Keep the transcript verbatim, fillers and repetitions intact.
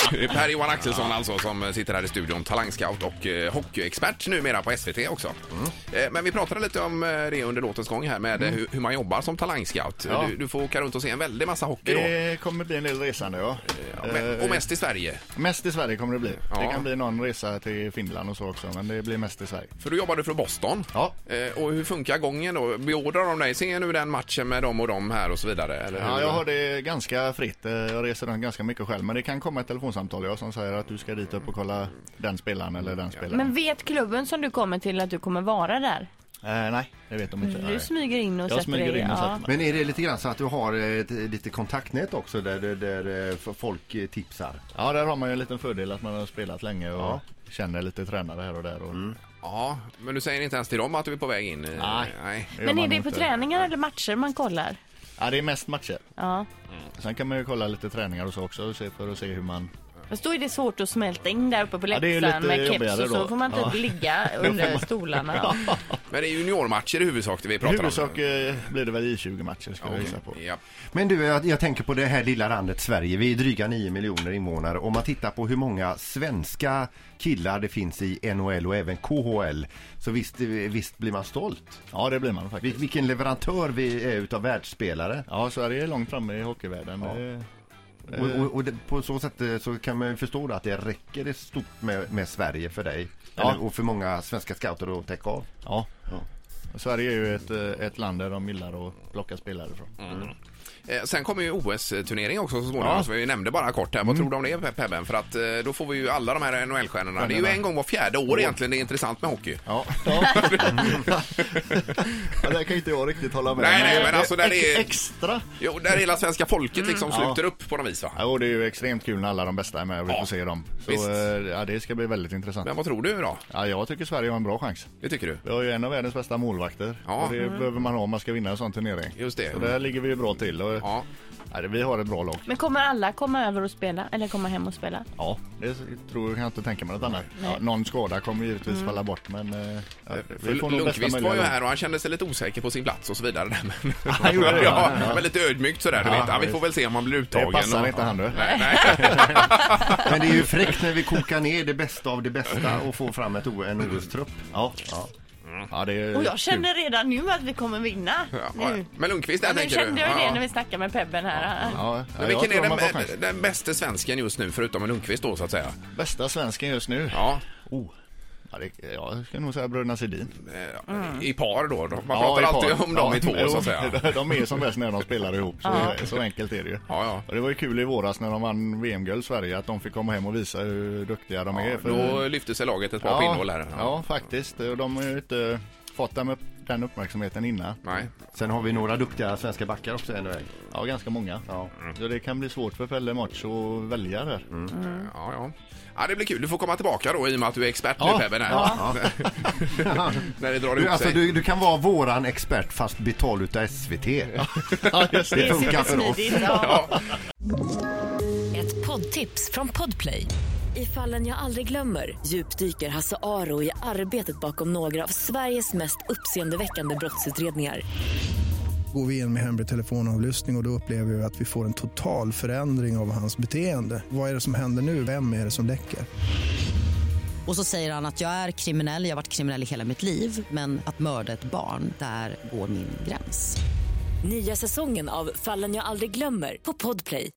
Per-Johan Axelsson alltså, som sitter här i studion, talangscout och eh, hockeyexpert numera på S V T också. Mm. Eh, men vi pratade lite om det under låtens gång här med mm. hur, hur man jobbar som talangscout. Ja. Du, du får åka runt och se en väldig massa hockey då. Det kommer bli en del resande, ja. ja men, och mest i Sverige? Mest i Sverige kommer det bli. Ja. Det kan bli någon resa till Finland och så också, men det blir mest i Sverige. För du jobbade för Boston. Ja. Eh, och hur funkar gången då? Beordrar de dig? Se nu den matchen med dem och dem här och så vidare? Eller ja, jag har det ganska fritt. Jag reser runt ganska mycket själv, men det kan komma ett telefonsamtal ja, som säger att du ska dit upp och kolla den spelaren eller den spelaren. Men vet klubben som du kommer till att du kommer vara där? Eh, nej, det vet de inte. Du nej. smyger in och jag sätter dig. In och ja. Men är det lite grann så att du har ett, lite kontaktnät också där, där, där folk tipsar? Ja, där har man ju en liten fördel att man har spelat länge och ja. känner lite tränare här och där. Och... Mm. Ja, men du säger inte ens till dem att du är på väg in? Nej. nej. Men är det på träningar eller matcher man kollar? Ja, det är mest matcher. Ja. Mm. Sen kan man ju kolla lite träningar och så också för att se hur man... Fast då är det svårt att smälta in där uppe på läktaren ja, med keps och så får man typ ja. ligga under stolarna. Ja. Men det är juniormatcher i huvudsak det vi pratar om. I huvudsak om. blir det väl I tjugo matcher ska okay. jag gissa på. Ja. Men du, jag, jag tänker på det här lilla landet Sverige. Vi är dryga nio miljoner invånare. Om man tittar på hur många svenska killar det finns i N H L och även K H L så visst, visst blir man stolt. Ja, det blir man faktiskt. Vil- vilken leverantör vi är utav världsspelare. Ja, Sverige är långt framme i hockeyvärlden. Ja. Det... Och, och, och det, på så sätt så kan man förstå att det räcker det stort med, med Sverige för dig ja. Eller, och för många svenska scouter att täcka av. Ja. ja. Sverige är ju ett, ett land där de gillar att plocka spelare från. Mm. Eh, sen kommer ju O S-turnering också så småningom, ja. så vi nämnde bara kort här. Vad mm. tror du om det, Pebben? För att eh, då får vi ju alla de här N H L-stjärnorna. Det är ju en gång var fjärde år oh. egentligen det är intressant med hockey. Ja, ja. ja det kan inte jag riktigt hålla med. Nej, nej, men alltså där är är extra. Jo, där hela svenska folket liksom mm. sluter ja. upp på något vis va? Ja, och det är ju extremt kul när alla de bästa är med och vi ja. får se dem. Så Visst. ja, det ska bli väldigt intressant. Men vad tror du då? Ja, jag tycker Sverige har en bra chans. Det tycker du? Vi har ju en av världens bästa målvakter. Ja. Och det mm. behöver man ha om man ska vinna en sån turnering. Just det. Så där ligger vi ju bra till och ja. Nej, vi har ett bra lag. Men kommer alla komma över och spela? Eller komma hem och spela? Ja, det tror jag kan inte tänka mig något annat. Ja, någon skada kommer givetvis mm. falla bort. Men ja, vi får nog Lundqvist var ju här och han kände sig lite osäker på sin plats och så vidare. Men, han gjorde det, ja. ja. Men lite ödmykt sådär, du ja, vet. Ja, vi får väl se om han blir uttagen. Det passar och... inte han du. Nej, nej. Men det är ju fräckt när vi kokar ner det bästa av det bästa och får fram ett o- en O S-trupp. Ja, ja. Ja, det är och jag känner redan nu att vi kommer vinna. Ja, nu. Men Lundqvist, där ja, tänker nu kände du. jag det ja. när vi snackade med Pebben här. Ja, ja, men vilken är den, den bästa svensken just nu förutom en Lundqvist då så att säga? Bästa svensken just nu? Ja. Oh. Ja, det, ja, jag ska nog säga bröderna Sedin. Mm. I par då? Man ja, pratar alltid par. om dem ja, i två jo, så att säga. De är som bäst när de spelar ihop. Så, ja. så enkelt är det ju. Ja, ja. Och det var ju kul i våras när de vann V M-guld Sverige att de fick komma hem och visa hur duktiga de ja, är. För... Då lyfte sig laget ett par ja, pinnhål här. Ja. ja, faktiskt. De har ju inte fått den, upp, den uppmärksamheten innan. Nej. Sen har vi några duktiga svenska backar också ännu. Ja, ganska många. Ja. Mm. Så det kan bli svårt för Pelle Match att välja där. Mm. Mm. Ja, ja. Ja, det blir kul. Du får komma tillbaka då i och med att du är expert ja. nu, Pebben. Här. Ja. När det drar du, upp alltså, sig. du, du kan vara våran expert fast betald utav S V T. Ja, just det. Det funkar för oss. Ja. Ett poddtips från Podplay. I Fallen jag aldrig glömmer djupdyker Hasse Aro i arbetet bakom några av Sveriges mest uppseendeväckande brottsutredningar. Går vi in med hemlig telefonavlyssning och då upplever vi att vi får en total förändring av hans beteende. Vad är det som händer nu? Vem är det som läcker? Och så säger han att jag är kriminell, jag har varit kriminell i hela mitt liv. Men att mörda ett barn, där går min gräns. Nya säsongen av Fallen jag aldrig glömmer på Podplay.